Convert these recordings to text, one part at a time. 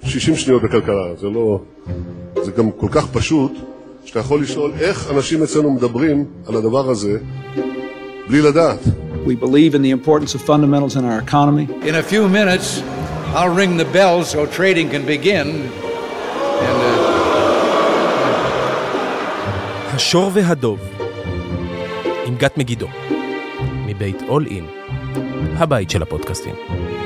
60 שניות בכלכלה, זה גם כל כך פשוט, שאתה יכול לשאול איך אנשים אצלנו מדברים על הדבר הזה, בלי לדעת. We believe in the importance of fundamentals in our economy. In a few minutes, I'll ring the bell so trading can begin. השור והדוב, עם גת מגידו, מבית All In, הבית של הפודקאסטים.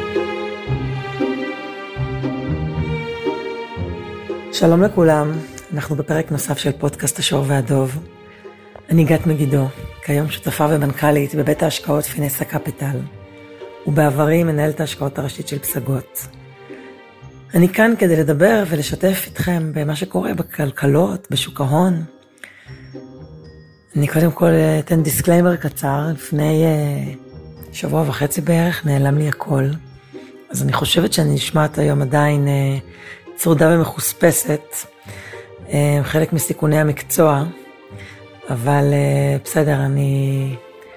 שלום לכולם, אנחנו בפרק נוסף של פודקאסט השור והדוב. אני גת מגידו, כיום שותפה ומנכ"לית בבית ההשקעות פינסה קפיטל, ובעברי מנהלת ההשקעות הראשית של פסגות. אני כאן כדי לדבר ולשתף איתכם במה שקורה בכלכלות, בשוק ההון. אני קודם כל אתן דיסקליימר קצר, לפני שבוע וחצי בערך נעלם לי הכל. אז אני חושבת שאני נשמעת היום עדיין צרודה ומחוספסת, חלק מסיכוני המקצוע, אבל בסדר, אני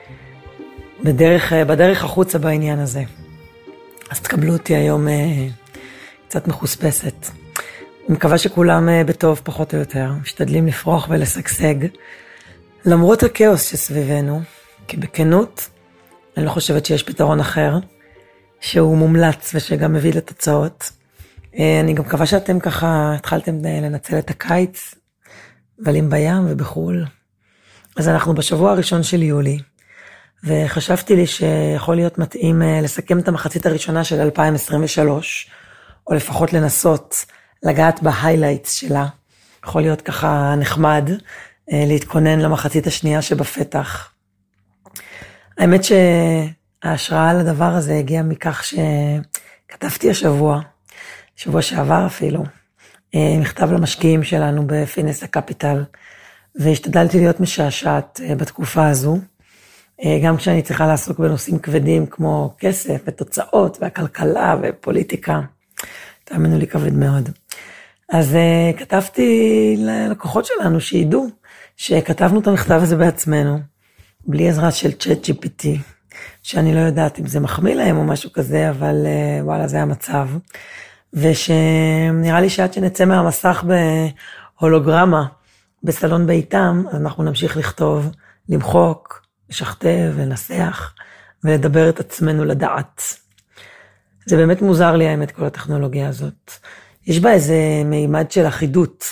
בדרך החוצה בעניין הזה. אז תקבלו אותי היום קצת מחוספסת. אני מקווה שכולם בטוב פחות או יותר, משתדלים לפרוח ולסגסג, למרות הכאוס שסביבנו, כי בכנות, אני לא חושבת שיש פתרון אחר, שהוא מומלץ ושגם מביא לתוצאות. אני גם מקווה שאתם ככה התחלתם לנצל את הקיץ, מבלים בים ובחול. אז אנחנו בשבוע הראשון של יולי, וחשבתי לי שיכול להיות מתאים לסכם את המחצית הראשונה של 2023, או לפחות לנסות לגעת בהיילייטס שלה. יכול להיות ככה נחמד, להתכונן למחצית השנייה שבפתח. האמת שההשראה לדבר הזה הגיעה מכך שכתבתי שבוע שעבר אפילו, מכתב למשקיעים שלנו בפינסה קפיטל, והשתדלתי להיות משעשעת בתקופה הזו, גם כשאני צריכה לעסוק בנושאים כבדים כמו כסף ותוצאות והכלכלה ופוליטיקה, תאמינו לי כבד מאוד. אז כתבתי ללקוחות שלנו שידעו שכתבנו את המכתב הזה בעצמנו, בלי עזרה של צ'אט GPT, שאני לא יודעת אם זה מחמיא להם או משהו כזה, אבל וואלה זה המצב. ושנראה לי שעד שנצא מהמסך בהולוגרמה בסלון ביתם, אז אנחנו נמשיך לכתוב, למחוק, לשכתב, לנסח, ולדבר את עצמנו לדעת. זה באמת מוזר לי האמת כל הטכנולוגיה הזאת. יש בה איזה מימד של אחידות.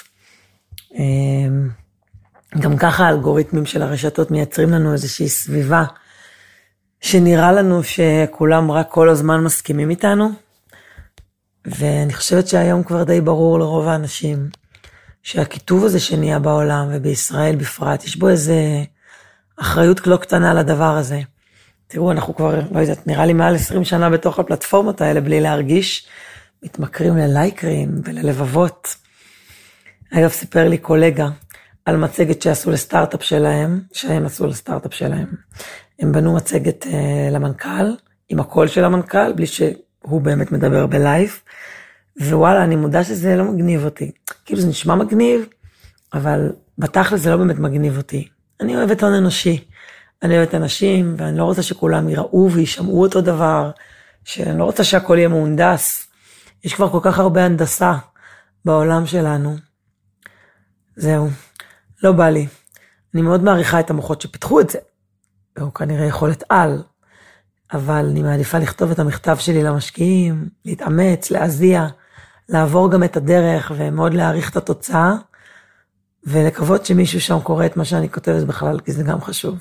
גם ככה האלגוריתמים של הרשתות מייצרים לנו איזושהי סביבה, שנראה לנו שכולם רק כל הזמן מסכימים איתנו, ואני חושבת שהיום כבר די ברור לרוב האנשים, שהכיתוב הזה שנהיה בעולם ובישראל בפרט, יש בו איזה אחריות לא קטנה לדבר הזה. תראו, אנחנו כבר, לא יודעת, נראה לי מעל 20 שנה בתוך הפלטפורמות האלה, בלי להרגיש, מתמכרים ללייקרים וללבבות. אגב, סיפר לי קולגה על מצגת שעשו לסטארט-אפ שלהם, שהם עשו לסטארט-אפ שלהם. הם בנו מצגת למנכ"ל, עם הקול של המנכ"ל, בלי שהוא באמת מדבר בלייב, ווואלה, אני מודה שזה לא מגניב אותי. כאילו זה נשמע מגניב, אבל בתכל'ס זה לא באמת מגניב אותי. אני אוהבת הון אנושי, אני אוהבת אנשים, ואני לא רוצה שכולם יראו וישמעו אותו דבר, שאני לא רוצה שהכל יהיה מהונדס. יש כבר כל כך הרבה הנדסה בעולם שלנו. זהו, לא בא לי. אני מאוד מעריכה את המוחות שפיתחו את זה, והוא כנראה יכולת על, אבל אני מעדיפה לכתוב את המכתב שלי למשקיעים, להתאמץ, להזיע, לעבור גם את הדרך ומאוד להעריך את התוצאה, ולקוות שמישהו שם קורא את מה שאני כותבת בכלל, כי זה גם חשוב.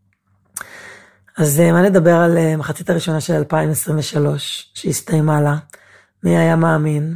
אז מה נדבר על מחצית הראשונה של 2023, שהסתיימה לה, מי היה מאמין?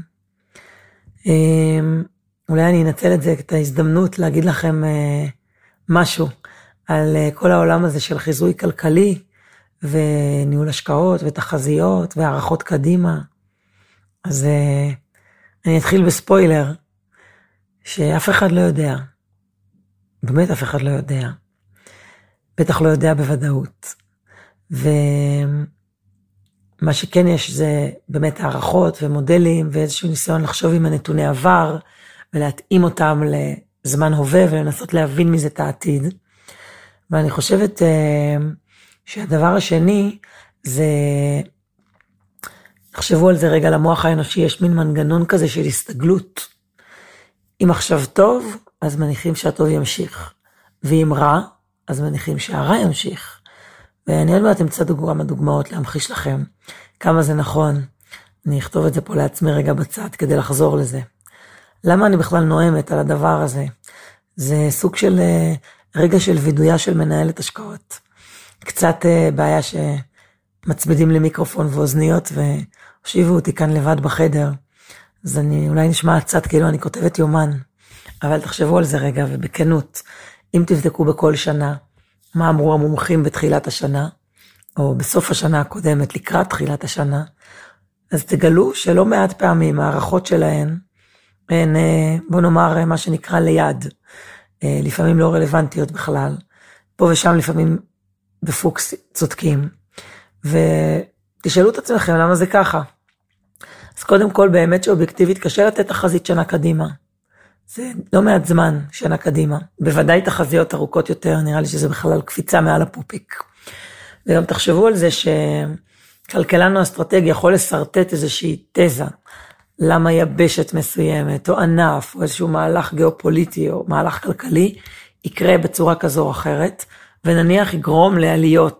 אולי אני אנצל את ההזדמנות להגיד לכם משהו על כל העולם הזה של חיזוי כלכלי, וניהול השקעות ותחזיות והערכות קדימה. אז אני אתחיל בספוילר, שאף אחד לא יודע, באמת אף אחד לא יודע, בטח לא יודע בוודאות, ומה שכן יש זה באמת הערכות ומודלים, ואיזשהו ניסיון לחשוב עם הנתוני עבר, ולהתאים אותם לזמן הווה, ולנסות להבין מזה את העתיד. ואני חושבת שהדבר השני זה תחשבו על זה רגע, למוח האנושי יש מין מנגנון כזה של הסתגלות. אם עכשיו טוב, אז מניחים שהטוב ימשיך. ואם רע, אז מניחים שהרע ימשיך. ואני עוד מעט אמצא כמה דוגמאות להמחיש לכם כמה זה נכון. אני אכתוב את זה פה לעצמי רגע בצד כדי לחזור לזה. למה אני בכלל נואמת על הדבר הזה? זה סוג של רגע של וידויה של מנהלת השקעות. קצת בעיה שמצמידים לי מיקרופון ואוזניות והושיבו אותי כאן לבד בחדר. אז אני אולי נשמע קצת כאילו אני כותבת יומן. אבל תחשבו על זה רגע ובכנות. אם תבדקו בכל שנה מה אמרו המומחים בתחילת השנה, או בסוף השנה הקודמת לקראת תחילת השנה, אז תגלו שלא מעט פעמים הערכות שלהן, הן, בוא נאמר, מה שנקרא ליד, לפעמים לא רלוונטיות בכלל, פה ושם לפעמים בפוקס צודקים, ותשאלו את עצמכם למה זה ככה. אז קודם כל באמת שאובייקטיבית קשה לתת תחזית שנה קדימה, זה לא מעט זמן שנה קדימה, בוודאי תחזיות ארוכות יותר, נראה לי שזה בכלל קפיצה מעל הפופיק, וגם תחשבו על זה שכלכלן או אסטרטגי יכול לסרטט איזושהי תזה, למה יבשת מסוימת, או ענף, או איזשהו מהלך גיאופוליטי, או מהלך כלכלי, יקרה בצורה כזו או אחרת, ונניח יגרום לעליות,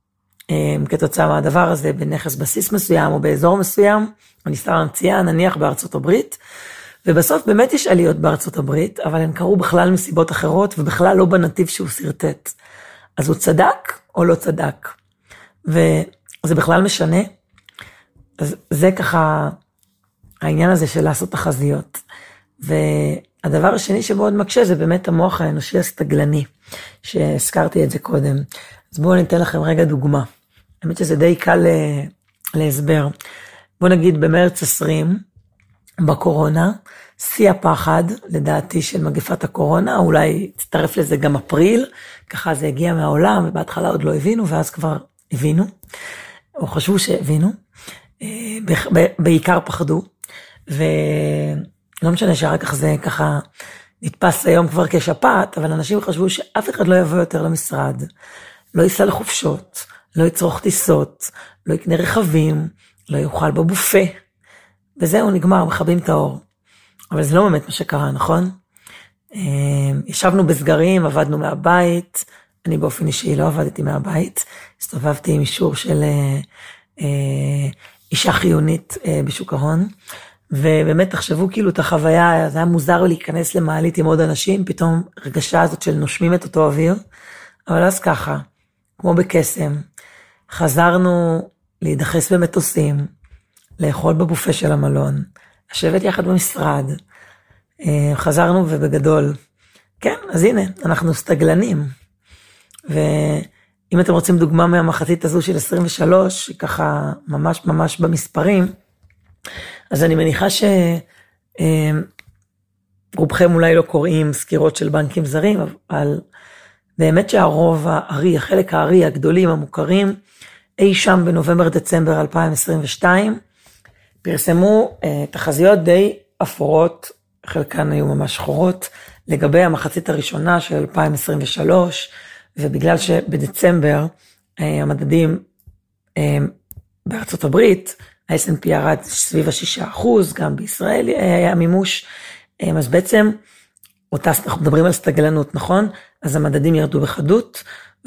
כתוצאה מהדבר הזה, בנכס בסיס מסוים, או באזור מסוים, אני סתם ממציאה, נניח בארצות הברית, ובסוף באמת יש עליות בארצות הברית, אבל הן קרו בכלל מסיבות אחרות, ובכלל לא בנתיב שהוא סרטט. אז הוא צדק או לא צדק? וזה בכלל משנה. אז זה ככה העניין הזה של לעשות תחזיות. והדבר השני שמאוד מקשה זה באמת המוח האנושי הסתגלני, שהזכרתי את זה קודם. אז בואו ניתן לכם רגע דוגמה. האמת שזה די קל להסבר. בואו נגיד במרץ 20, בקורונה, שיא הפחד, לדעתי, של מגפת הקורונה, אולי תצטרף לזה גם אפריל, ככה זה הגיע מהעולם, ובהתחלה עוד לא הבינו, ואז כבר הבינו, או חשבו שהבינו, בעיקר פחדו, ולא משנה שאחר כך זה ככה נתפס היום כבר כשפעת, אבל אנשים חשבו שאף אחד לא יבוא יותר למשרד, לא ייסע לחופשות, לא יצרוך טיסות, לא יקנה רכבים, לא יאכל בבופה, וזהו, נגמר, מכבים את האור. אבל זה לא באמת מה שקרה, נכון? ישבנו בסגרים, עבדנו מהבית, אני באופן אישי לא עבדתי מהבית, הסתובבתי עם אישור של אישה חיונית בשוק ההון, ובאמת תחשבו כאילו את החוויה, זה היה מוזר להיכנס למעלית עם עוד אנשים, פתאום הרגשה הזאת של נושמים את אותו אוויר, אבל אז ככה, כמו בקסם, חזרנו להידחס במטוסים, לאכול בבופה של המלון, לשבת יחד במשרד, חזרנו ובגדול. כן, אז הנה, אנחנו סתגלנים. ואם אתם רוצים דוגמה מהמחצית הזו של 23, ככה ממש ממש במספרים, אז אני מניחה שרובכם אולי לא קוראים סקירות של בנקים זרים, אבל באמת שהרוב הארי, החלק הארי, הגדולים, המוכרים, אי שם בנובמבר-דצמבר 2022, פרסמו תחזיות די אפורות, חלקן היו ממש שחורות, לגבי המחצית הראשונה של 2023, ובגלל שבדצמבר המדדים בארצות הברית, ה-S&P ירד סביב 6%, גם בישראל היה מימוש, אז בעצם, אנחנו מדברים על סתגלנות, נכון? אז המדדים ירדו בחדות,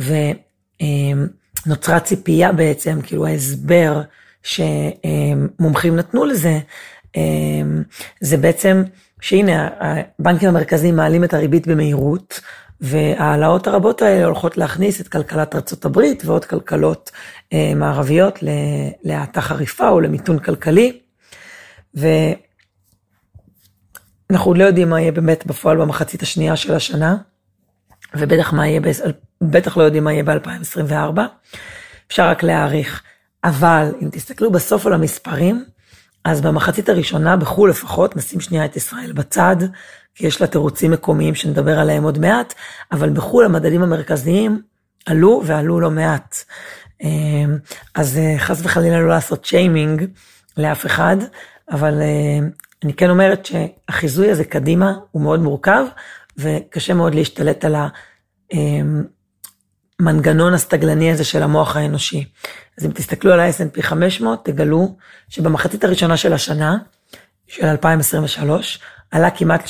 ונוצרה ציפייה בעצם, כאילו ההסבר שמומחים נתנו לזה, זה בעצם שהנה, הבנקים המרכזיים מעלים את הריבית במהירות, והעלאות הרבות האלה הולכות להכניס את כלכלת ארצות הברית, ועוד כלכלות מערביות להאטה חריפה או למיתון כלכלי, ואנחנו עוד לא יודעים מה יהיה באמת בפועל במחצית השנייה של השנה, ובטח לא יודעים מה יהיה ב-2024, אפשר רק להעריך, אבל אם תסתכלו בסוף על המספרים, אז במחצית הראשונה, בחול לפחות, נשים שנייה את ישראל בצד, כי יש לה תירוצים מקומיים שנדבר עליהם עוד מעט, אבל בחול המדדים המרכזיים עלו ועלו לא מעט. אז חס וחלילה לא לעשות שיימינג לאף אחד, אבל אני כן אומרת שהחיזוי הזה קדימה הוא מאוד מורכב, וקשה מאוד להשתלט על המנגנון הסטגלני הזה של המוח האנושי. אז אם תסתכלו על ה-S&P 500, תגלו שבמחצית הראשונה של השנה, של 2023, עלה כמעט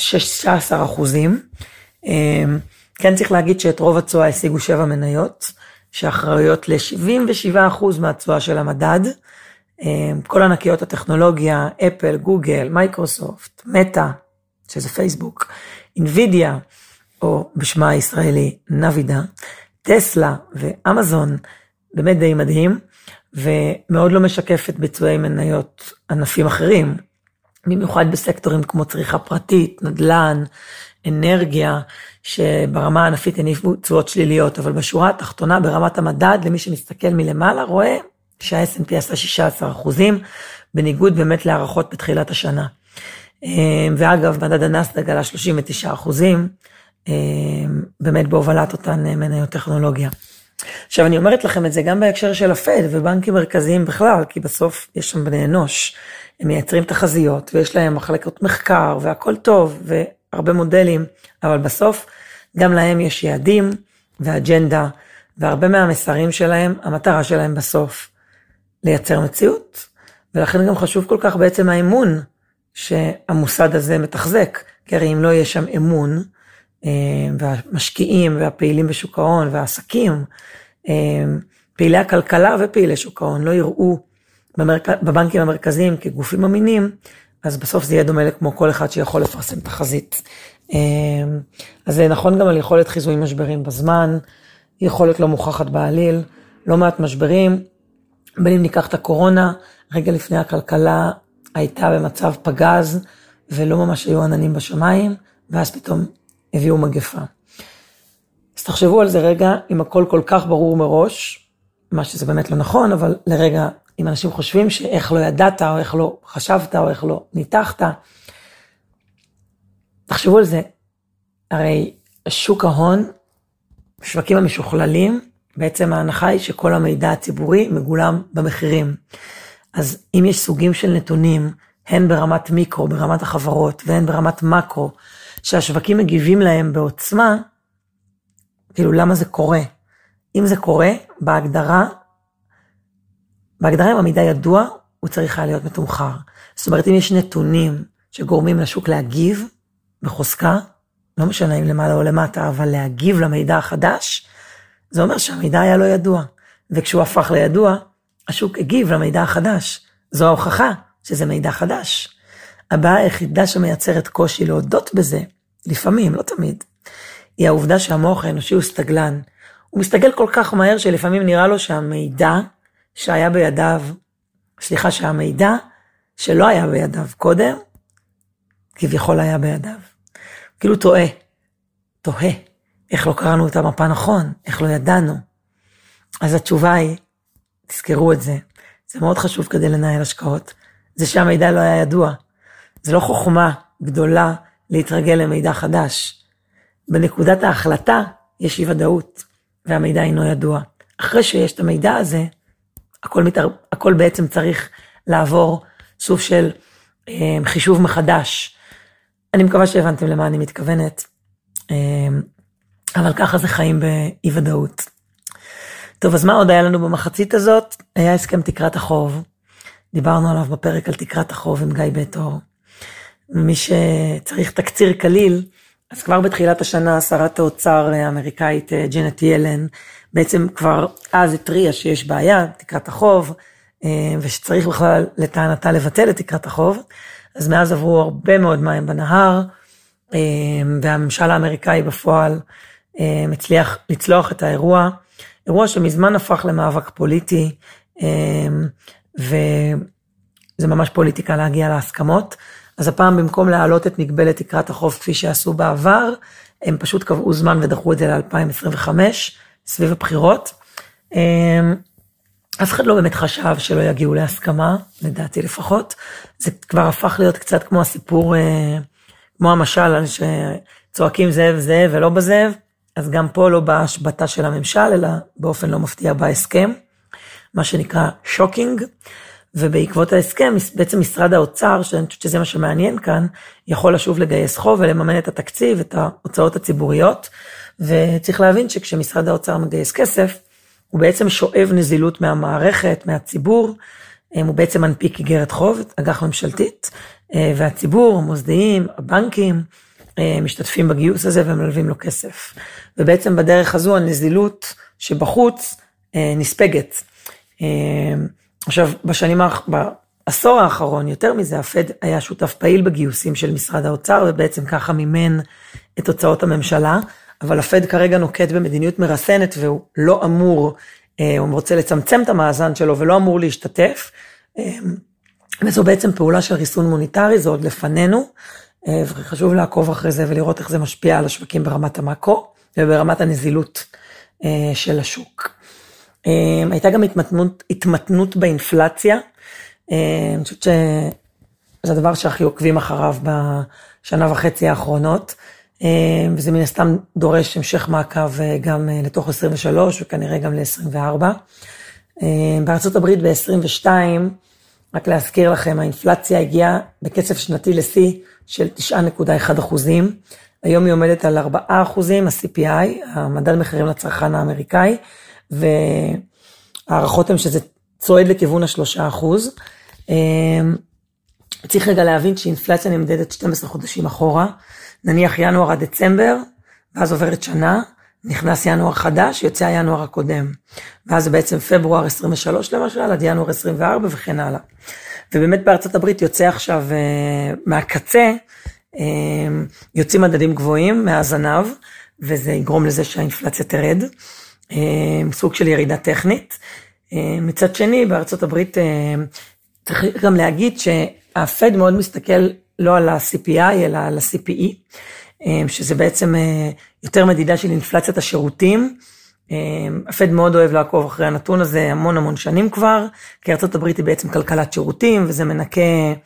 16%. כן צריך להגיד שאת רוב התשואה השיגו 7 מניות, שאחראיות ל-77% מהתשואה של המדד. כל ענקיות הטכנולוגיה, אפל, גוגל, מייקרוסופט, מטה, שזה פייסבוק, אינווידיה, או בשמה הישראלי נבידה, טסלה ואמזון, באמת די מדהים, ומאוד לא משקפת ביצועי מניות ענפים אחרים, במיוחד בסקטורים כמו צריכה פרטית, נדל"ן, אנרגיה, שברמה הענפית הניפו תשואות שליליות, אבל בשורה התחתונה ברמת המדד, למי שמסתכל מלמעלה, רואה שה-S&P עשה 16%, בניגוד באמת להערכות בתחילת השנה. ואגב, מדד הנסד"ק עלה 39%, באמת בהובלת אותן מניות טכנולוגיה. עכשיו אני אומרת לכם את זה גם בהקשר של הפד ובנקים מרכזיים בכלל, כי בסוף יש שם בני אנוש, הם מייצרים תחזיות ויש להם מחלקות מחקר והכל טוב והרבה מודלים, אבל בסוף גם להם יש יעדים ואג'נדה, והרבה מהמסרים שלהם, המטרה שלהם בסוף לייצר מציאות, ולכן גם חשוב כל כך בעצם האמון שהמוסד הזה מתחזק, כי הרי אם לא יהיה שם אמון, והמשקיעים והפעילים בשוק ההון והעסקים, פעילי הכלכלה ופעילי שוק ההון לא יראו בבנקים המרכזיים כגופים אמינים, אז בסוף זה יהיה דומה כמו כל אחד שיכול לפרסם תחזית. אז זה נכון גם על יכולת חיזוי משברים בזמן, יכולת לא מוכחת בעליל, לא מעט משברים, בין אם ניקח את הקורונה, רגע לפני הכלכלה הייתה במצב פגז, ולא ממש היו עננים בשמיים, ואז פתאום הביאו מגפה. אז תחשבו על זה רגע, אם הכל כל כך ברור מראש, מה שזה באמת לא נכון, אבל לרגע, אם אנשים חושבים שאיך לא ידעת, או איך לא חשבת, או איך לא ניתחת, תחשבו על זה, הרי שוק ההון, שווקים המשוכללים, בעצם ההנחה היא שכל המידע הציבורי מגולם במחירים. אז אם יש סוגים של נתונים, הן ברמת מיקרו, ברמת החברות, והן ברמת מקרו, שהשווקים מגיבים להם בעוצמה, כאילו למה זה קורה? אם זה קורה, בהגדרה אם המידע ידוע, הוא צריך להיות מתומחר. זאת אומרת, אם יש נתונים שגורמים לשוק להגיב בחוזקה, לא משנה אם למעלה או למטה, אבל להגיב למידע החדש, זה אומר שהמידע היה לא ידוע. וכשהוא הפך לידוע, השוק הגיב למידע החדש. זו ההוכחה שזה מידע חדש. הבעיה היחידה שמייצרת קושי להודות בזה, לפעמים, לא תמיד, היא העובדה שהמוח האנושי הוא סטגלן. הוא מסתגל כל כך מהר שלפעמים נראה לו שהמידע שהיה בידיו, שהמידע שלא היה בידיו קודם, כביכול היה בידיו. כאילו תוהה, איך לא קראנו את המפה נכון, איך לא ידענו. אז התשובה היא, תזכרו את זה, זה מאוד חשוב כדי לנהל השקעות, זה שהמידע לא היה ידוע. זה לא חוכמה גדולה להתרגל למידע חדש. בנקודת ההחלטה יש אי ודאות, והמידע אינו ידוע. אחרי שיש את המידע הזה, הכל בעצם צריך לעבור סוג של חישוב מחדש. אני מקווה שהבנתם למה אני מתכוונת, אבל ככה זה חיים באי ודאות. טוב, אז מה עוד היה לנו במחצית הזאת? היה הסכם תקרת החוב. דיברנו עליו בפרק על תקרת החוב עם גיא בטור. מי שצריך תקציר כליל, אז כבר בתחילת השנה, שרת האוצר האמריקאית ג'נט ילן, בעצם כבר אז התריעה שיש בעיה, תקרת החוב, ושצריך בכלל לטענתה לבטל את תקרת החוב, אז מאז עברו הרבה מאוד מים בנהר, והממשל האמריקאי בפועל מצליח לצלוח את האירוע, אירוע שמזמן הפך למאבק פוליטי, וזה ממש פוליטיקה להגיע להסכמות, אז הפעם במקום להעלות את מגבלת תקרת החוב כפי שעשו בעבר, הם פשוט קבעו זמן ודחו את זה ל-2025, סביב הבחירות. אף אחד לא באמת חשב שלא יגיעו להסכמה, לדעתי לפחות. זה כבר הפך להיות קצת כמו הסיפור, כמו המשל, שצועקים זאב זאב ולא בזאב, אז גם פה לא בהשבתה של הממשל, אלא באופן לא מפתיע בהסכם, מה שנקרא שוקינג, ובעקבות ההסכם, בעצם משרד האוצר, שאני חושבת שזה מה שמעניין כאן, יכול לשוב לגייס חוב ולממן את התקציב, את ההוצאות הציבוריות, וצריך להבין שכשמשרד האוצר מגייס כסף, הוא בעצם שואב נזילות מהמערכת, מהציבור, הוא בעצם מנפיק איגרת חוב, אג"ח ממשלתית, והציבור, המוסדיים, הבנקים, משתתפים בגיוס הזה ומלווים לו כסף. ובעצם בדרך הזו הנזילות שבחוץ נספגת. עכשיו, בעשור האחרון, יותר מזה, הפד היה שותף פעיל בגיוסים של משרד האוצר, ובעצם ככה מימן את הוצאות הממשלה, אבל הפד כרגע נוקט במדיניות מרסנת, והוא לא אמור, הוא רוצה לצמצם את המאזן שלו, ולא אמור להשתתף, וזו בעצם פעולה של ריסון מוניטרי, זה עוד לפנינו, וחשוב לעקוב אחרי זה, ולראות איך זה משפיע על השווקים ברמת המאקרו, וברמת הנזילות של השוק. הייתה גם התמתנות באינפלציה, אני חושבת שזה הדבר שהכי עוקבים אחריו בשנה וחצי האחרונות, וזה מן הסתם דורש המשך מעקב גם לתוך 23 וכנראה גם ל-24. בארצות הברית ב-22, רק להזכיר לכם, האינפלציה הגיעה בקצב שנתי לשיא של 9.1%, היום היא עומדת על 4%, ה-CPI, המדד מחירים לצרכן האמריקאי, והערכות הן שזה צועד לכיוון ה3%. צריך רגע להבין שאינפלציה נמדדת 12 חודשים אחורה, נניח ינואר עד דצמבר, ואז עוברת שנה, נכנס ינואר חדש, יוצא הינואר הקודם, ואז זה בעצם פברואר 23 למשל, עד ינואר 24 וכן הלאה. ובאמת בארצות הברית יוצא עכשיו מהקצה, יוצאים מדדים גבוהים מהזנב, וזה יגרום לזה שהאינפלציה תרד, סוג של ירידה טכנית. מצד שני, בארצות הברית צריך גם להגיד שהפד מאוד מסתכל לא על ה-CPI, אלא על ה-CPE, שזה בעצם יותר מדידה של אינפלציית השירותים. הפד מאוד אוהב לעקוב אחרי הנתון הזה המון שנים כבר, כי ארצות הברית היא בעצם כלכלת שירותים, וזה מנקה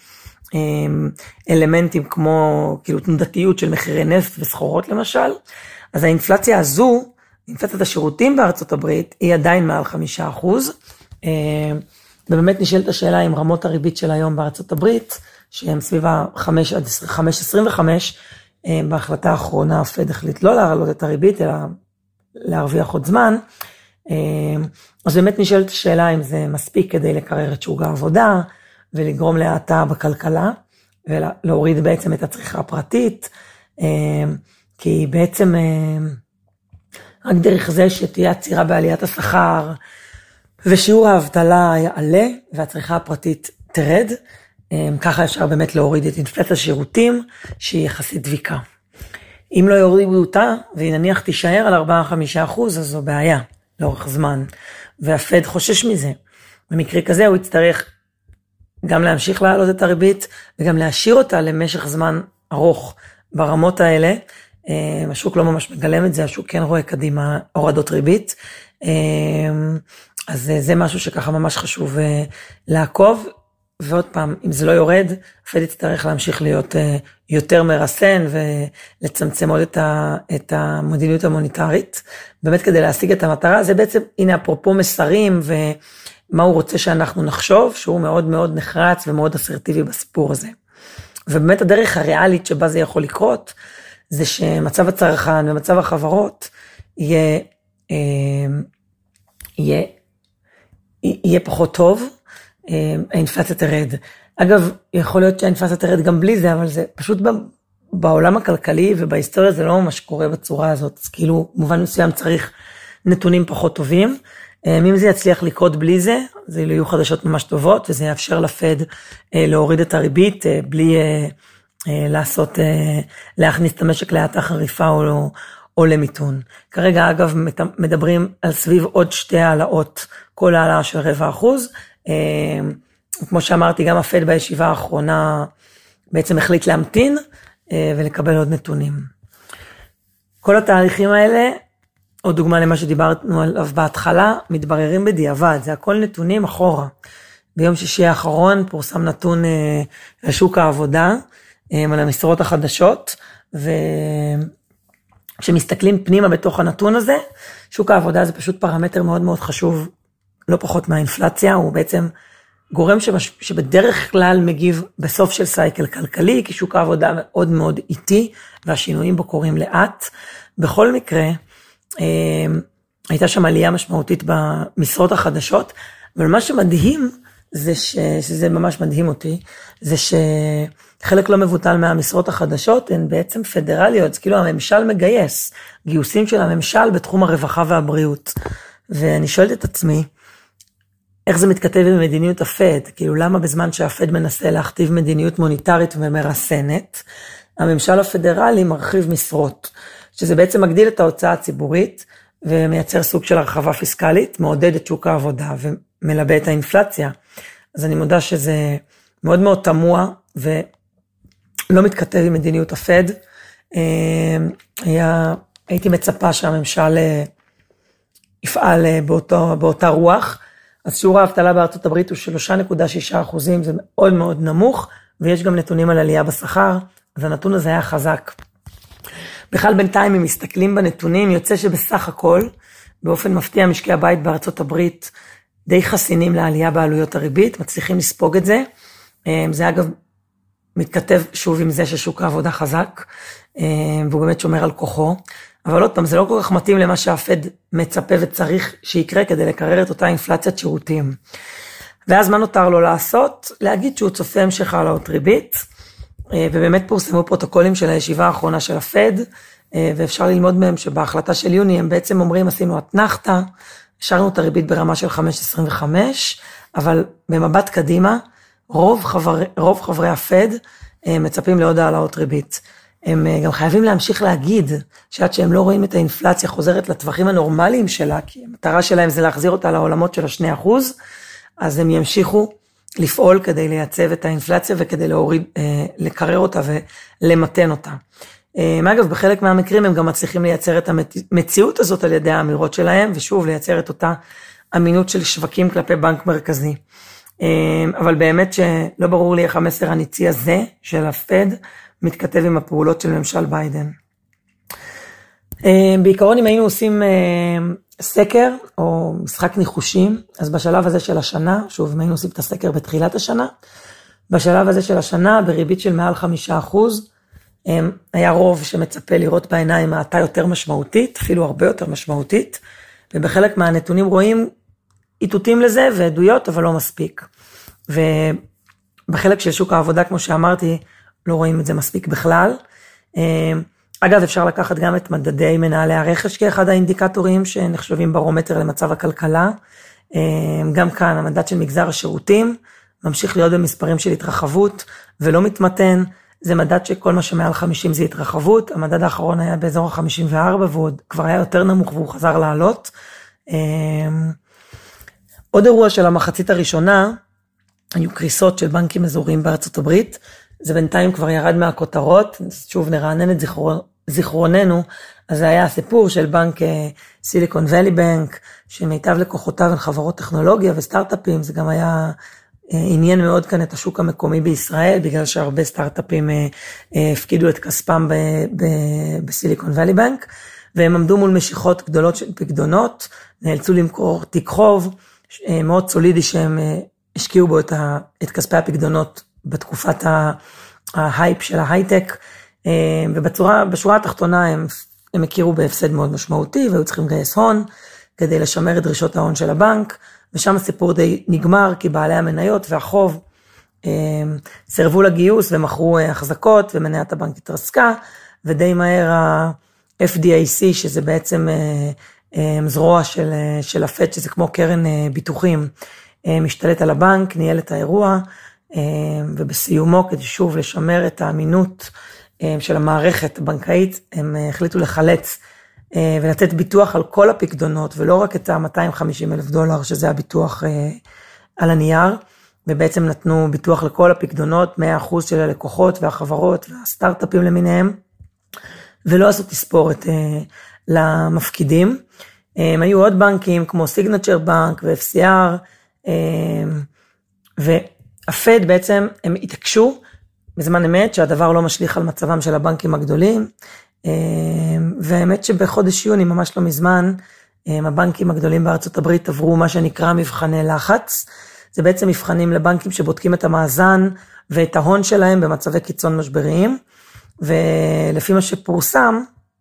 אלמנטים כמו כאילו תנודתיות של מחירי נפט וסחורות למשל. אז האינפלציה הזו, אינפלציית השירותים בארצות הברית, היא עדיין מעל 5%. ובאמת נשאלת השאלה אם רמות הריבית של היום בארצות הברית, שהן סביבה 5.25, בהחלטה האחרונה הפד החליט לא להעלות את הריבית, אלא להרוויח עוד זמן. אז באמת נשאלת השאלה אם זה מספיק כדי לקרר את שוק העבודה, ולגרום להאטה בכלכלה, ולהוריד בעצם את הצריכה הפרטית, כי בעצם רק דרך זה שתהיה עצירה בעליית השכר, ושיעור האבטלה יעלה, והצריכה הפרטית תרד, ככה אפשר באמת להוריד את אינפלציית השירותים, שהיא יחסית דביקה. אם לא יורידו אותה, והיא נניח תישאר על 4-5%, אז זו בעיה לאורך זמן, והפד חושש מזה. במקרה כזה הוא יצטרך גם להמשיך להעלות את הריבית, וגם להשאיר אותה למשך זמן ארוך ברמות האלה. השוק לא ממש מגלם את זה, השוק כן רואה קדימה הורדות ריבית, אז זה משהו שככה ממש חשוב לעקוב, ועוד פעם, אם זה לא יורד, הפד יצטרך להמשיך להיות יותר מרסן, ולצמצם עוד את המדיניות המוניטרית, באמת כדי להשיג את המטרה, זה בעצם, הנה אפרופו מסרים, ומה הוא רוצה שאנחנו נחשוב, שהוא מאוד מאוד נחרץ, ומאוד אסרטיבי בסיפור הזה. ובאמת הדרך הריאלית שבה זה יכול לקרות, זה שמצב הצרכן ומצב החברות, יהיה פחות טוב, האינפלציה תרד. אגב, יכול להיות שהאינפלציה תרד גם בלי זה, אבל זה פשוט בעולם הכלכלי ובהיסטוריה זה לא ממש קורה בצורה הזאת. אז כאילו, במובן מסוים צריך נתונים פחות טובים. אם זה יצליח לקרות בלי זה, זה יהיו חדשות ממש טובות, וזה יאפשר לפד להוריד את הריבית, בלי להכניס את המשק להאטה חריפה או למיתון. כרגע, אגב, מדברים על סביב עוד 2 העלאות, כל העלאה של 0.25%. כמו שאמרתי, גם הפד בישיבה האחרונה בעצם החליט להמתין ולקבל עוד נתונים. כל התהליכים האלה, עוד דוגמה למה שדיברנו עליו בהתחלה, מתבררים בדיעבד, זה הכל נתונים אחורה. ביום שישי האחרון פורסם נתון לשוק העבודה, על המשרות החדשות, וכשמסתכלים פנימה בתוך הנתון הזה, שוק העבודה זה פשוט פרמטר מאוד מאוד חשוב, לא פחות מהאינפלציה, הוא בעצם גורם שבדרך כלל מגיב בסוף של סייקל כלכלי, כי שוק העבודה מאוד מאוד איטי, והשינויים בו קורים לאט. בכל מקרה, הייתה שם עלייה משמעותית במשרות החדשות, אבל מה שמדהים, שזה ממש מדהים אותי, זה שחלק לא מבוטל מהמשרות החדשות, הן בעצם פדרליות, זה כאילו הממשל מגייס, גיוסים של הממשל בתחום הרווחה והבריאות. ואני שואלת את עצמי, איך זה מתכתב עם מדיניות הפד? כאילו למה בזמן שהפד מנסה להכתיב מדיניות מוניטרית ומרסנת, הממשל הפדרלי מרחיב משרות, שזה בעצם מגדיל את ההוצאה הציבורית, ומייצר סוג של הרחבה פיסקלית, מעודד את שוק העבודה ומלבה את האינפלציה. אז אני מודה שזה מאוד מאוד תמוה, ולא מתכתב עם מדיניות הפד. הייתי מצפה שהממשל יפעל באותה רוח. אז שיעור האבטלה בארצות הברית הוא 3.6%, זה מאוד מאוד נמוך, ויש גם נתונים על עלייה בשכר, אז הנתון הזה היה חזק. בכלל בינתיים, אם מסתכלים בנתונים, יוצא שבסך הכל, באופן מפתיע, משקי הבית בארצות הברית די חסינים לעלייה בעלויות הריבית, מצליחים לספוג את זה. זה אגב מתכתב שוב עם זה ששוק העבודה חזק, והוא באמת שומר על כוחו. אבל עוד פעם, זה לא כל כך מתאים למה שהפד מצפה וצריך שיקרה כדי לקרר את אותה אינפלציית שירותים. ואז מה נותר לו לעשות? להגיד שהוא צופה המשך העלאות ריבית, ובאמת פורסמו פרוטוקולים של הישיבה האחרונה של הפד, ואפשר ללמוד מהם שבהחלטה של יוני הם בעצם אומרים, עשינו אתנחתה, השארנו את הריבית ברמה של 5.25, אבל במבט קדימה, רוב חברי הפד מצפים לעוד העלאות ריבית. הם גם חייבים להמשיך להגיד, שעד שהם לא רואים את האינפלציה חוזרת לטווחים הנורמליים שלה, כי המטרה שלהם זה להחזיר אותה לעולמות של 2%, אז הם ימשיכו לפעול כדי לייצב את האינפלציה וכדי לקרר אותה ולמתן אותה. אגב, בחלק מהמקרים הם גם מצליחים לייצר את המציאות הזאת על ידי האמירות שלהם, ושוב לייצר את אותה אמינות של שווקים כלפי בנק מרכזי. אבל באמת שלא ברור לי איך המסר הניצי הזה של הפד מתכתב עם הפעולות של ממשל ביידן. בעיקרון אם היינו עושים סקר או משחק ניחושים, אז בשלב הזה של השנה, שוב אם היינו עושים את הסקר בתחילת השנה, בשלב הזה של השנה בריבית של מעל 5%, היה רוב שמצפה לראות בעיניים האטה יותר משמעותית, אפילו הרבה יותר משמעותית, ובחלק מהנתונים רואים איתותים לזה ועדויות, אבל לא מספיק. ובחלק של שוק העבודה, כמו שאמרתי, לא רואים את זה מספיק בכלל. אגב, אפשר לקחת גם את מדדי מנהלי הרכש כאחד האינדיקטורים שנחשבים ברומטר למצב הכלכלה. גם כאן המדד של מגזר השירותים ממשיך להיות במספרים של התרחבות ולא מתמתן. זה מדד שכל מה שמעל 50 זה התרחבות. המדד האחרון היה באזור ה-54 והוא כבר היה יותר נמוך והוא חזר לעלות. עוד אירוע של המחצית הראשונה, היו קריסות של בנקים אזוריים בארצות הברית. זה בינתיים כבר ירד מהכותרות, שוב נרענן את זיכרוננו, אז זה היה הסיפור של בנק סיליקון ואלי בנק, שמיטב לקוחותיו הן חברות טכנולוגיה וסטארט-אפים, זה גם היה עניין מאוד כאן את השוק המקומי בישראל, בגלל שהרבה סטארט-אפים הפקידו את כספם בסיליקון ואלי בנק, והם עמדו מול משיכות גדולות של פקדונות, נאלצו למכור תיק חוב, מאוד סולידי שהם השקיעו בו את כספי הפקדונות, בתקופת ההייפ של ההייטק, ובשורה התחתונה הם הכירו בהפסד מאוד משמעותי, והיו צריכים לגייס הון, כדי לשמר את דרישות ההון של הבנק, ושם הסיפור די נגמר, כי בעלי המניות והחוב סרבו לגיוס, ומכרו החזקות, ומניית הבנק התרסקה, ודי מהר ה-FDIC, שזה בעצם זרוע של הפד, שזה כמו קרן ביטוחים, משתלט על הבנק, ניהל את האירוע, ובסיומו כדי שוב לשמר את האמינות של המערכת הבנקאית, הם החליטו לחלץ ולתת ביטוח על כל הפקדונות, ולא רק את $250,000 שזה הביטוח על הנייר, ובעצם נתנו ביטוח לכל הפקדונות, 100% של הלקוחות והחברות והסטארט-אפים למיניהם, ולא עשו תספורת למפקידים. היו עוד בנקים כמו סיגנצ'ר בנק ו-FCR, והפד בעצם הם התעקשו בזמן אמת שהדבר לא משליך על מצבם של הבנקים הגדולים, והאמת שבחודש יוני ממש לא מזמן, הבנקים הגדולים בארצות הברית עברו מה שנקרא מבחני לחץ, זה בעצם מבחנים לבנקים שבודקים את המאזן ואת ההון שלהם במצבי קיצון משבריים, ולפי מה שפורסם,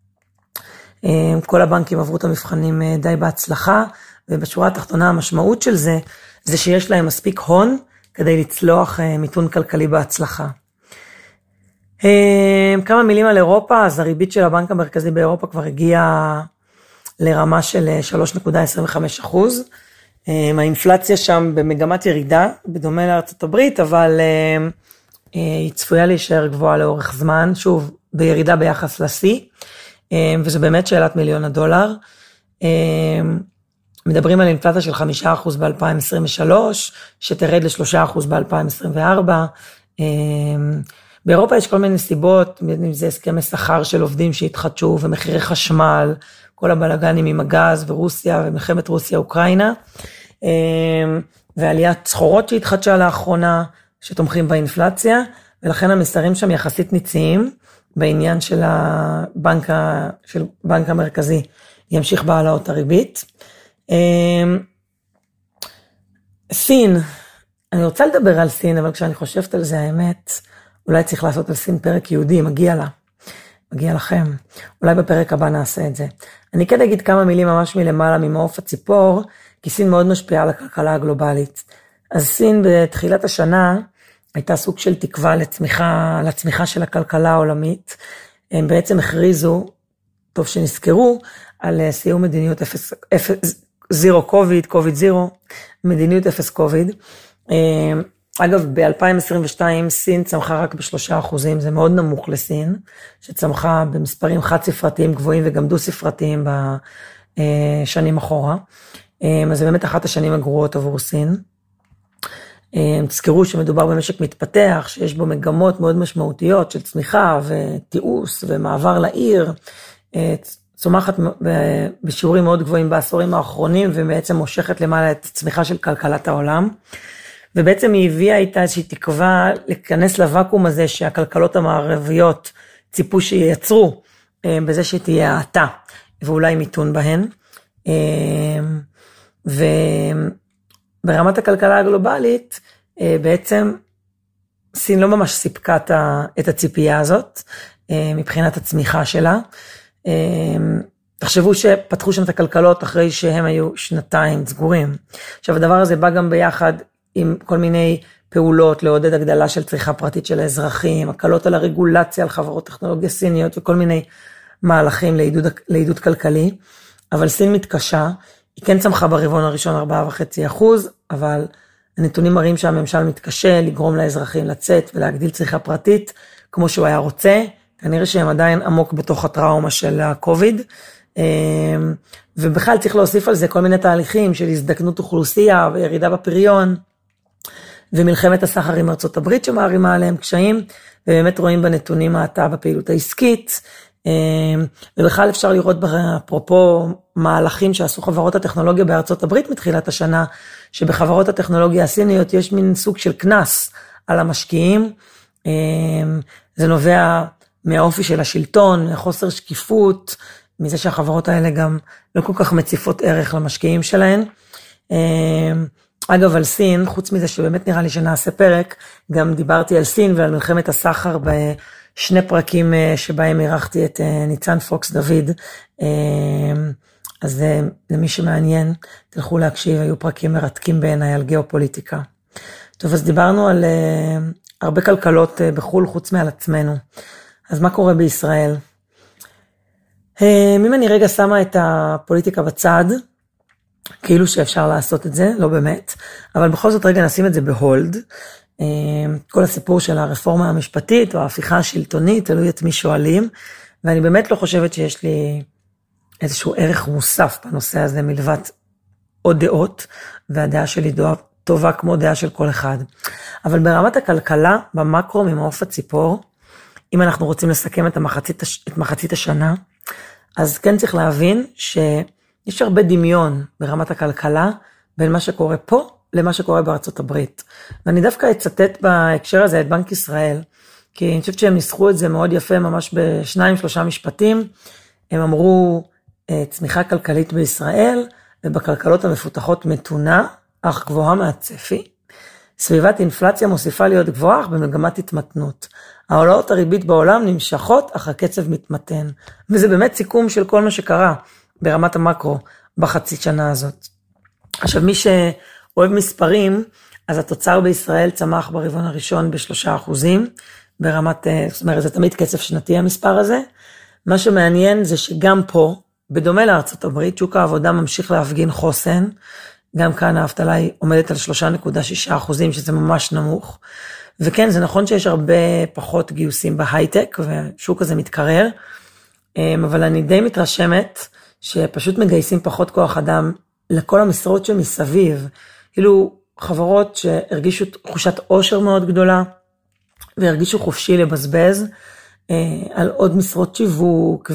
כל הבנקים עברו את המבחנים די בהצלחה, ובשורה התחתונה המשמעות של זה, זה שיש להם מספיק הון, כדי לצלוח מיתון כלכלי בהצלחה. כמה מילים על אירופה, אז הריבית של הבנק המרכזי באירופה כבר הגיעה לרמה של 3.25%. האינפלציה שם במגמת ירידה, בדומה לארצות הברית, אבל היא צפויה להישאר גבוהה לאורך זמן, שוב, בירידה ביחס ל-C, וזו באמת שאלת $1,000,000,000. מדברים על אינפלציה של 5% ב-2023, שתרד ל3% ב-2024. באירופה יש כל מיני סיבות, אם זה הסכמי שכר של עובדים שהתחדשו, ומחירי חשמל, כל הבלגנים עם הגז ורוסיה, ומלחמת רוסיה-אוקראינה, ועליית סחורות שהתחדשה לאחרונה, שתומכים באינפלציה, ולכן המסרים שם יחסית ניציים, בעניין של הבנק המרכזי, ימשיך בהעלאות הריבית. סין, אני רוצה לדבר על סין, אבל כשאני חושבת על זה, האמת, אולי צריך לעשות על סין פרק יהודי, מגיע לכם. אולי בפרק הבא נעשה את זה. אני כן אגיד כמה מילים ממש מלמעלה ממעוף הציפור, כי סין מאוד משפיעה על הכלכלה הגלובלית. אז סין בתחילת השנה, הייתה סוג של תקווה לצמיחה של הכלכלה העולמית. הם בעצם הכריזו, טוב שנזכרו, על סיום מדיניות זירו קוביד, מדיניות אפס קוביד. אגב, ב-2022 סין צמחה רק ב3%, זה מאוד נמוך לסין, שצמחה במספרים חד ספרתיים גבוהים וגם דו ספרתיים בשנים אחורה. אז זה באמת אחת השנים הגרועות עבור סין. תזכרו שמדובר במשק מתפתח, שיש בו מגמות מאוד משמעותיות של צמיחה ותיעוש ומעבר לעיר, צומחת בשיעורים מאוד גבוהים בעשורים האחרונים, ובעצם מושכת למעלה את הצמיחה של כלכלת העולם. ובעצם היא הביאה איתה איזושהי תקווה להיכנס לוואקום הזה שהכלכלות המערביות ציפו שייצרו, בזה שתהיה האטה ואולי מיתון בהן. וברמת הכלכלה הגלובלית, בעצם סין לא ממש סיפקה את הציפייה הזאת, מבחינת הצמיחה שלה. תחשבו שפתחו שם את הכלכלות אחרי שהם היו שנתיים סגורים. עכשיו הדבר הזה בא גם ביחד עם כל מיני פעולות לעודד הגדלה של צריכה פרטית של האזרחים, הקלות על הרגולציה על חברות טכנולוגיה סיניות וכל מיני מהלכים לעידוד כלכלי, אבל סין מתקשה, היא כן צמחה ברבעון הראשון 4.5%, אבל הנתונים מראים שהממשל מתקשה לגרום לאזרחים לצאת ולהגדיל צריכה פרטית כמו שהוא היה רוצה, כנראה שהם עדיין עמוק בתוך הטראומה של הקוביד, ובכלל צריך להוסיף על זה כל מיני תהליכים של הזדקנות אוכלוסייה וירידה בפריון, ומלחמת הסחר עם ארצות הברית שמערימה עליהם קשיים, ובאמת רואים בנתונים האטה בפעילות העסקית, ובכלל אפשר לראות אפרופו מהלכים שעשו חברות הטכנולוגיה בארצות הברית מתחילת השנה, שבחברות הטכנולוגיה הסיניות יש מין סוג של כנס על המשקיעים, זה נובע מהאופי של השלטון, מחוסר שקיפות, מזה שהחברות האלה גם לא כל כך מציפות ערך למשקיעים שלהן. אגב, על סין, חוץ מזה שבאמת נראה לי שנעשה פרק, גם דיברתי על סין ועל מלחמת הסחר בשני פרקים שבהם ערכתי את ניצן פוקס דוד, אז למי שמעניין, תלכו להקשיב, היו פרקים מרתקים בעיניי על גיאופוליטיקה. טוב, אז דיברנו על הרבה כלכלות בחול חוץ מעל עצמנו. אז מה קורה בישראל? אם אני רגע שמה את הפוליטיקה בצד, כאילו שאפשר לעשות את זה, לא באמת, אבל בכל זאת רגע נשים את זה בהולד, כל הסיפור של הרפורמה המשפטית או ההפיכה השלטונית, תלוי את מי שואלים, ואני באמת לא חושבת שיש לי איזשהו ערך מוסף בנושא הזה מלבד עוד דעות, והדעה שלי טובה כמו דעה של כל אחד. אבל ברמת הכלכלה, במקרו ממעוף הציפור, אם אנחנו רוצים לסכם את מחצית השנה, אז כן צריך להבין שיש הרבה דמיון ברמת הכלכלה, בין מה שקורה פה למה שקורה בארצות הברית. ואני דווקא אצטט בהקשר הזה את בנק ישראל, כי אני חושבת שהם ניסחו את זה מאוד יפה, ממש ב2-3 משפטים, הם אמרו צמיחה כלכלית בישראל, ובכלכלות המפותחות מתונה, אך גבוהה מהצפי. סביבת אינפלציה מוסיפה להיות גבוהה במגמת התמתנות. העלאות הריבית בעולם נמשכות, אך הקצב מתמתן. וזה באמת סיכום של כל מה שקרה ברמת המקרו בחצי שנה הזאת. עכשיו, מי שאוהב מספרים, אז התוצר בישראל צמח ברבעון הראשון ב3%, ברמת, זאת אומרת, זה תמיד קצב שנתי המספר הזה. מה שמעניין זה שגם פה, בדומה לארצות הברית, שוק העבודה ממשיך להפגין חוסן, גם כאן האבטלה היא עומדת על 3.6%, שזה ממש נמוך. וכן, זה נכון שיש הרבה פחות גיוסים בהייטק, והשוק הזה מתקרר, אבל אני די מתרשמת שפשוט מגייסים פחות כוח אדם לכל המשרות שמסביב. כאילו חברות שהרגישו תחושת עושר מאוד גדולה, והרגישו חופשי לבזבז על עוד משרות שיווק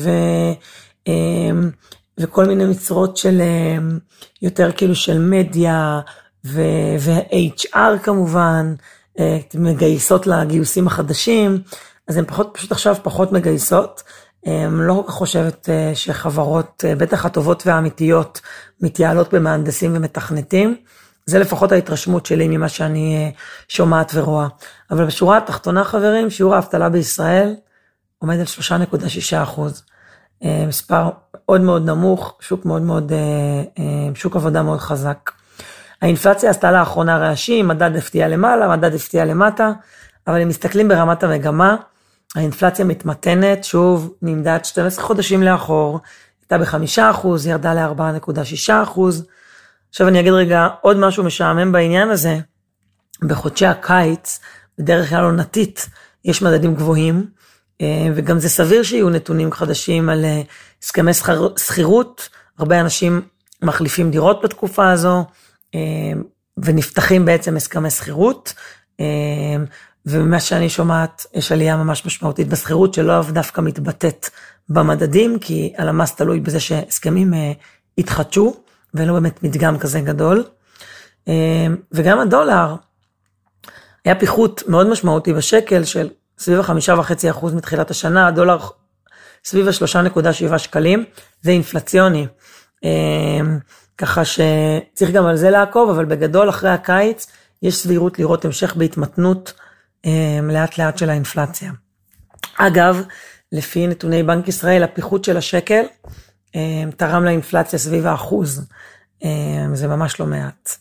וכל מיני משרות של יותר כאילו של מדיה ו-HR כמובן, מגייסות לגיוסים החדשים, אז הן פשוט עכשיו פחות מגייסות. לא חושבת שחברות, בטח הטובות והאמיתיות, מתייעלות במהנדסים ומתכנתים. זה לפחות ההתרשמות שלי ממה שאני שומעת ורואה. אבל בשורה התחתונה, חברים, שיעור האבטלה בישראל עומד על 3.6%. מספר מאוד מאוד נמוך, שוק עבודה מאוד חזק. האינפלציה עשתה לאחרונה רעשים, מדד הפתיע למעלה, מדד הפתיע למטה, אבל אם מסתכלים ברמת המגמה, האינפלציה מתמתנת, שוב נמדד 12 חודשים לאחור, הייתה ב5%, ירדה ל4.6%. עכשיו אני אגיד רגע עוד משהו משעמם בעניין הזה, בחודשי הקיץ, בדרך כלל עונתית, יש מדדים גבוהים, וגם זה סביר שיהיו נתונים חדשים על הסכמי שכירות, הרבה אנשים מחליפים דירות בתקופה הזו, ונפתחים בעצם הסכמי שכירות, ומה שאני שומעת, יש עלייה ממש משמעותית בשכירות, שלא דווקא מתבטאת במדדים, כי הלמ"ס תלוי בזה שהסכמים התחדשו, ולא באמת מדגם כזה גדול. וגם הדולר, היה פיחות מאוד משמעותי בשקל, של סביב 5.5% מתחילת השנה, הדולר סביב 3.7 שקלים, זה אינפלציוני. ככה שצריך גם על זה לעקוב, אבל בגדול אחרי הקיץ, יש סבירות לראות המשך בהתמתנות לאט לאט של האינפלציה. אגב, לפי נתוני בנק ישראל, הפיחות של השקל תרם לאינפלציה סביב 1%. זה ממש לא מעט.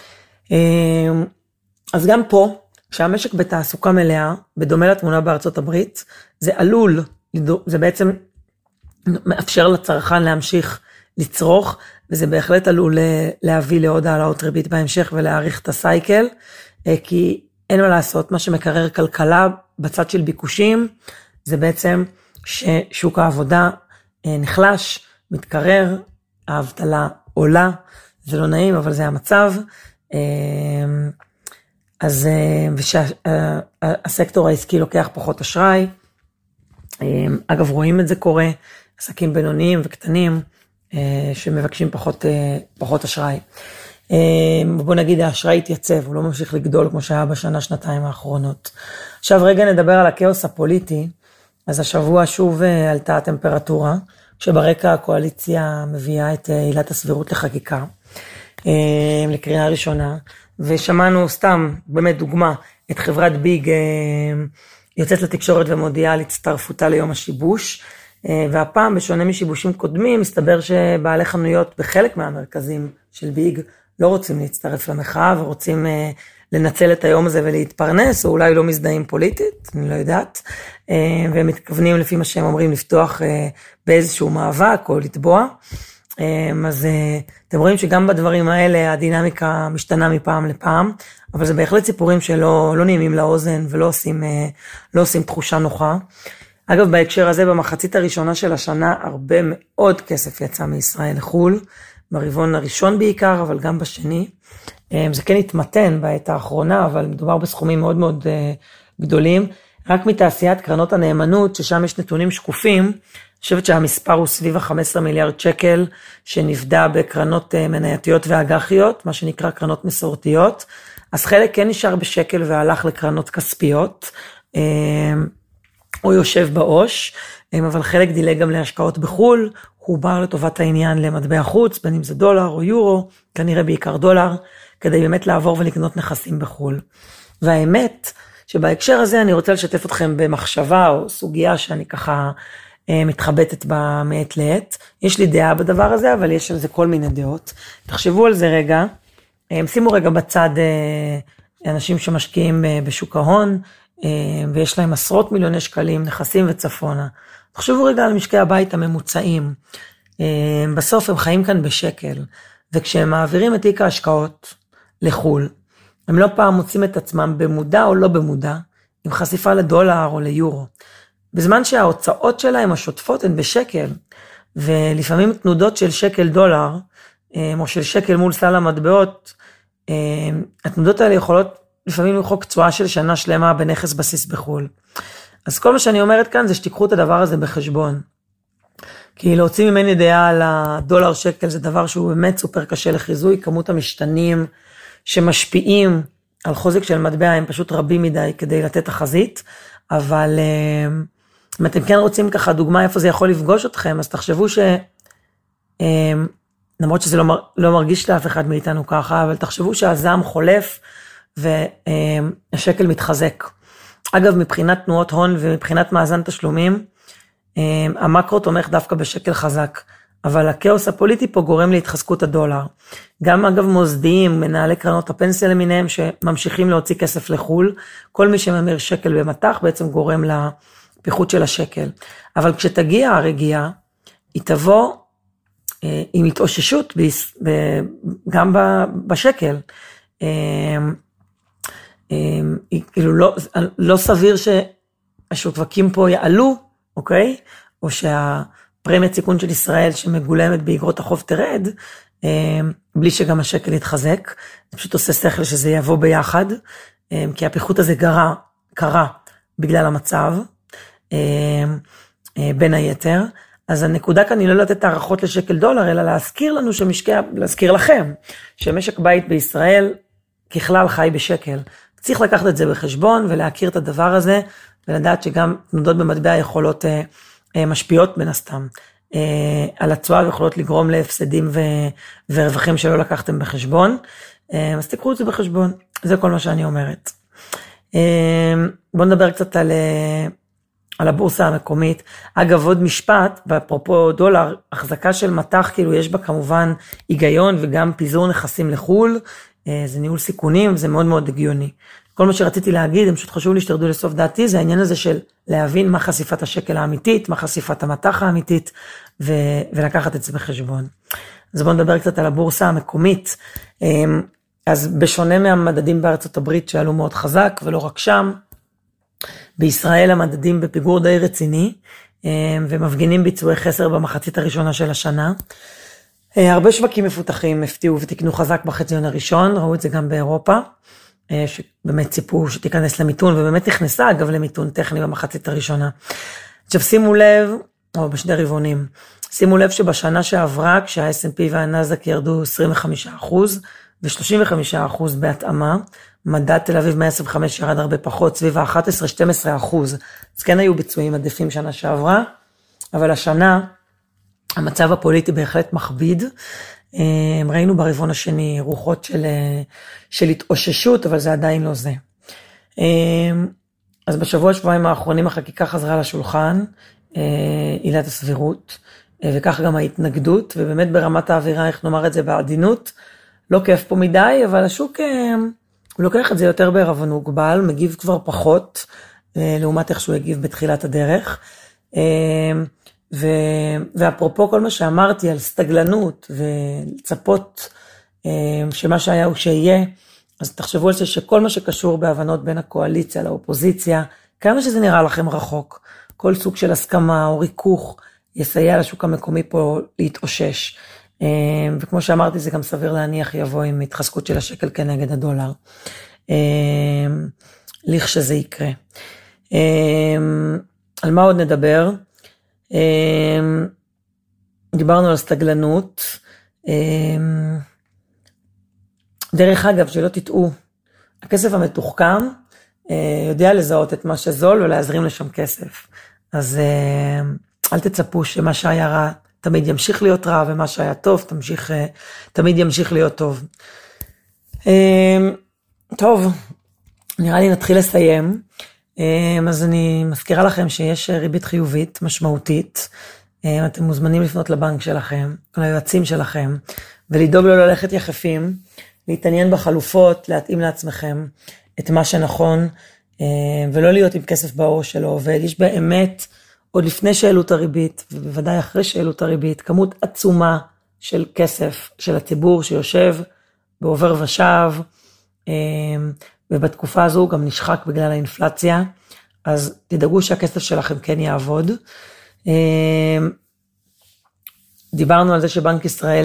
אז גם פה, כשהמשק בתעסוקה מלאה, בדומה לתמונה בארצות הברית, זה בעצם מאפשר לצרכן להמשיך לצרוך, וזה בהחלט עלול להביא לעוד העלאות ריבית בהמשך ולהאריך את הסייקל, כי אין מה לעשות, מה שמקרר כלכלה בצד של ביקושים, זה בעצם ששוק העבודה נחלש, מתקרר, האבטלה עולה, זה לא נעים, אבל זה המצב, אז שהסקטור העסקי לוקח פחות אשראי, אגב רואים את זה קורה, עסקים בינוניים וקטנים, שמבקשים פחות אשראי. בוא נגיד האשראי התייצב, הוא לא ממשיך לגדול כמו שהיה שנתיים האחרונות. עכשיו רגע נדבר על הכאוס הפוליטי, אז השבוע שוב עלתה הטמפרטורה, שברקע הקואליציה מביאה את עילת הסבירות לחקיקה, לקריאה ראשונה, ושמענו סתם, באמת דוגמה, את חברת ביג יוצאת לתקשורת ומודיעה על הצטרפותה ליום השיבוש, והפעם בשונה משיבושים קודמים, מסתבר שבעלי חנויות בחלק מהמרכזים של ביג לא רוצים להצטרף למחאה, ורוצים לנצל את היום הזה ולהתפרנס, או אולי לא מזדהים פוליטית, אני לא יודעת, והם מתכוונים לפי מה שהם אומרים לפתוח באיזשהו מאבק או לתבוע, אז אתם רואים שגם בדברים האלה הדינמיקה משתנה מפעם לפעם, אבל זה בהחלט סיפורים שלא נעימים לאוזן ולא עושים תחושה נוחה. אגב, בהקשר הזה, במחצית הראשונה של השנה, הרבה מאוד כסף יצא מישראל לחול, ברבעון הראשון בעיקר, אבל גם בשני. זה כן התמתן בעת האחרונה, אבל מדובר בסכומים מאוד מאוד גדולים. רק מתעשיית קרנות הנאמנות, ששם יש נתונים שקופים, אני חושבת שהמספר הוא סביב 15 מיליארד שקל, שנפדה בקרנות מנייתיות ואג"חיות, מה שנקרא קרנות מסורתיות. אז חלק כן נשאר בשקל והלך לקרנות כספיות, או יושב בעו"ש, אבל חלק דילג גם להשקעות בחול, חובר לטובת העניין למטבע חוץ, בין אם זה דולר או יורו, כנראה בעיקר דולר, כדי באמת לעבור ולקנות נכסים בחול. והאמת שבהקשר הזה אני רוצה לשתף אתכם במחשבה או סוגיה שאני ככה מתחבטת בה מעת לעת. יש לי דעה בדבר הזה, אבל יש על זה כל מיני דעות. תחשבו על זה רגע, שימו רגע בצד אנשים שמשקיעים בשוק ההון, ויש להם עשרות מיליוני שקלים, נכסים וצפונה. תחשבו רגע על משקי הבית הממוצעים. בסוף הם חיים כאן בשקל, וכשהם מעבירים את תיק ההשקעות לחול, הם לא פעם מוצאים את עצמם במודע או לא במודע, עם חשיפה לדולר או ליורו. בזמן שההוצאות שלהם השוטפות הן בשקל, ולפעמים תנודות של שקל דולר, או של שקל מול סל המטבעות, התנודות האלה יכולות לפעמים למחוק תשואה של שנה שלמה בנכס בסיס בחול. אז כל מה שאני אומרת כאן זה שתיקחו את הדבר הזה בחשבון. כי להוציא ממני דעה על הדולר שקל זה דבר שהוא באמת סופר קשה לחיזוי, כמות המשתנים שמשפיעים על חוזק של מטבע הם פשוט רבים מדי כדי לתת תחזית, אבל אם אתם כן רוצים ככה דוגמה איפה זה יכול לפגוש אתכם, אז תחשבו למרות שזה לא מרגיש לאף אחד מאיתנו ככה, אבל תחשבו שהזעם חולף והשקל מתחזק. אגב, מבחינת תנועות הון ומבחינת מאזן תשלומים, המקרו תומך דווקא בשקל חזק, אבל הכאוס הפוליטי פה גורם להתחזקות הדולר. גם אגב מוסדיים, מנהלי קרנות הפנסיה למיניהם שממשיכים להוציא כסף לחול, כל מי שממיר שקל במטח בעצם גורם לפיחות של השקל. אבל כשתגיע הרגיעה, היא תבוא עם התאוששות גם בשקל. כאילו לא סביר שהשווקים פה יעלו, אוקיי? או שהפרמיית סיכון של ישראל שמגולמת באגרות החוב תרד, בלי שגם השקל יתחזק. זה פשוט עושה שכל שזה יבוא ביחד, כי הפיחות הזה קרה בגלל המצב, בין היתר. אז הנקודה כאן היא לא לתת הערכות לשקל דולר, אלא להזכיר לכם, שמשק בית בישראל ככלל חי בשקל. צריך לקחת את זה בחשבון ולהכיר את הדבר הזה, ולדעת שגם תנודות במטבע יכולות משפיעות בין הסתם על התשואה, ויכולות לגרום להפסדים ורווחים שלא לקחתם בחשבון. אז תקחו את זה בחשבון, זה כל מה שאני אומרת. בואו נדבר קצת על הבורסה המקומית. אגב, עוד משפט, ואפרופו דולר, החזקה של מטח, כאילו יש בה כמובן היגיון וגם פיזור נכסים לחול, זה ניהול סיכונים, זה מאוד מאוד הגיוני. כל מה שרציתי להגיד, הם פשוט חשוב לי שתרדו לסוף דעתי, זה העניין הזה של להבין מה חשיפת השקל האמיתית, מה חשיפת המטח האמיתית, ולקחת את זה בחשבון. אז בואו נדבר קצת על הבורסה המקומית. אז בשונה מהמדדים בארצות הברית שעלו מאוד חזק, ולא רק שם, בישראל המדדים בפיגור די רציני, ומפגינים ביצועי חסר במחצית הראשונה של השנה. הרבה שווקים מפותחים הפתיעו ותקנו חזק בחציון הראשון, ראו את זה גם באירופה, שבאמת ציפו שתיכנס למיתון, ובאמת נכנסה אגב למיתון טכני במחצית הראשונה. עכשיו שימו לב, או בשני רבעונים, שימו לב שבשנה שעברה, כשה-S&P והנאסד"ק ירדו 25% ו-35% בהתאמה, מדד תל אביב 125 ירד הרבה פחות, סביב ה-11-12%, אז כן היו ביצועים עדיפים שנה שעברה, אבל השנה, המצב הפוליטי בהחלט מכביד, ראינו ברבעון השני רוחות של התאוששות, אבל זה עדיין לא זה. אז שבועיים האחרונים החקיקה חזרה לשולחן, עילת הסבירות, וכך גם ההתנגדות, ובאמת ברמת האווירה, איך נאמר את זה בעדינות, לא כיף פה מדי, אבל השוק הוא לוקח את זה יותר בערבון מוגבל, מגיב כבר פחות, לעומת איך שהוא הגיב בתחילת הדרך, ואפרופו כל מה שאמרתי על סתגלנות ולצפות שמה שהיה הוא שיהיה, אז תחשבו על זה שכל מה שקשור בהבנות בין הקואליציה לאופוזיציה, כמה שזה נראה לכם רחוק, כל סוג של הסכמה או ריכוך יסייע לשוק המקומי פה להתאושש. וכמו שאמרתי זה גם סביר להניח יבוא עם התחזקות של השקל כנגד הדולר, לכשזה יקרה. על מה עוד נדבר? דיברנו על סתגלנות, דרך אגב שלא תטעו, הכסף המתוחכם יודע לזהות את מה שזול ולהזרים לשם כסף, אז אל תצפו שמה שהיה רע תמיד ימשיך להיות רע, ומה שהיה טוב תמיד ימשיך להיות טוב. טוב, נראה לי נתחיל לסיים. אז אני מזכירה לכם שיש ריבית חיובית משמעותית. אתם מוזמנים לפנות לבנק שלכם, ליועצים שלכם, ולדאוג לא ללכת יחפים, להתעניין בחלופות, להתאים לעצמכם את מה שנכון, ולא להיות עם כסף בעור שלא עובד. יש באמת, עוד לפני שהעלו את הריבית, ובוודאי אחרי שהעלו את הריבית, כמות עצומה של כסף של הציבור שיושב בעובר ושב, ובתקופה הזו גם נשחק בגלל האינפלציה, אז תדאגו שהכסף שלכם כן יעבוד. דיברנו על זה שבנק ישראל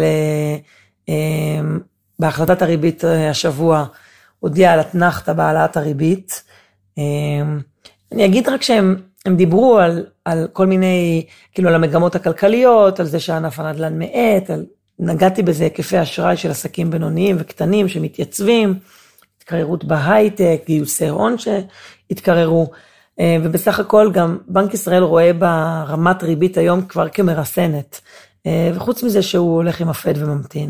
בהחלטת הריבית השבוע הודיע על התנחתה בהעלאת הריבית. אני אגיד רק שהם דיברו על כל מיני, כאילו על המגמות הכלכליות, על זה שענף הנדל"ן מאט, נגעתי בזה היקפי אשראי של עסקים בינוניים וקטנים שמתייצבים, התקררות בהייטק, גיוסי הון שהתקררו, ובסך הכל גם בנק ישראל רואה ברמת ריבית היום כבר כמרסנת, וחוץ מזה שהוא הולך עם הפד וממתין.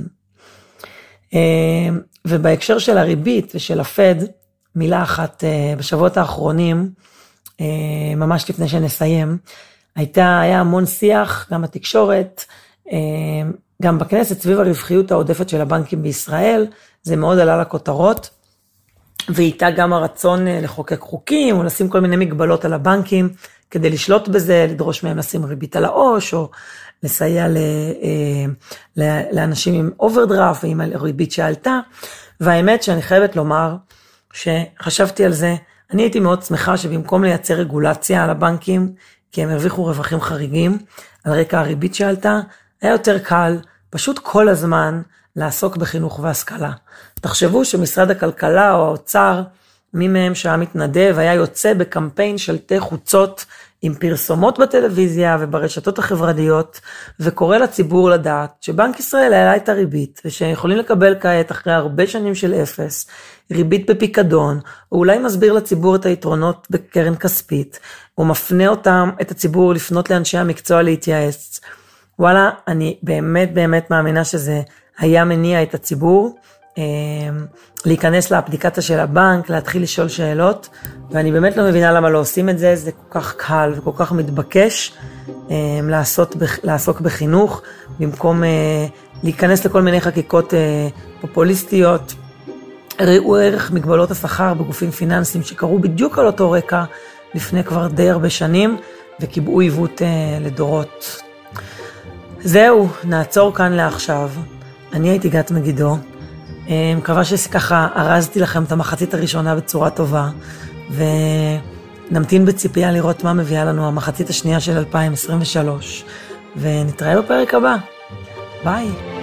ובהקשר של הריבית ושל הפד, מילה אחת בשבועות האחרונים, ממש לפני שנסיים, היה המון שיח, גם התקשורת, גם בכנסת, סביב הרווחיות העודפת של הבנקים בישראל, זה מאוד עלה לכותרות, ואיתה גם הרצון לחוקק חוקים, או לשים כל מיני מגבלות על הבנקים, כדי לשלוט בזה, לדרוש מהם לשים ריבית על העו"ש, או לסייע לאנשים עם אוברדרפט, ועם ריבית שעלתה, והאמת שאני חייבת לומר, שחשבתי על זה, אני הייתי מאוד שמחה שבמקום לייצר רגולציה על הבנקים, כי הם הרוויחו רווחים חריגים, על רקע הריבית שעלתה, היה יותר קל, פשוט כל הזמן, לעסוק בחינוך והשכלה. תחשבו שמשרד הכלכלה או האוצר, מי מהם שהיה מתנדב, היה יוצא בקמפיין של תה חוצות, עם פרסומות בטלוויזיה וברשתות החברתיות, וקורא לציבור לדעת שבנק ישראל העלה את הריבית, ושיכולים לקבל כעת אחרי הרבה שנים של אפס, ריבית בפיקדון, או אולי מסביר לציבור את היתרונות בקרן כספית, או מפנה את הציבור לפנות לאנשי המקצוע להתייעץ. וואלה, אני באמת מאמינה שזה היה מניע את הציבור, להיכנס לאפליקציה של הבנק, להתחיל לשאול שאלות, ואני באמת לא מבינה למה לא עושים את זה, זה כל כך קל וכל כך מתבקש לעסוק בחינוך, במקום להיכנס לכל מיני חקיקות פופוליסטיות. ראו ערך מגבלות השכר בגופים פיננסיים שקרו בדיוק על אותו רקע לפני כבר די הרבה שנים, וקיבעו עיוות לדורות. זהו, נעצור כאן לעכשיו. אני הייתי גת מגידו, מקווה שככה ארזתי לכם את המחצית הראשונה בצורה טובה, ונמתין בציפייה לראות מה מביאה לנו המחצית השנייה של 2023, ונתראה בפרק הבא. ביי.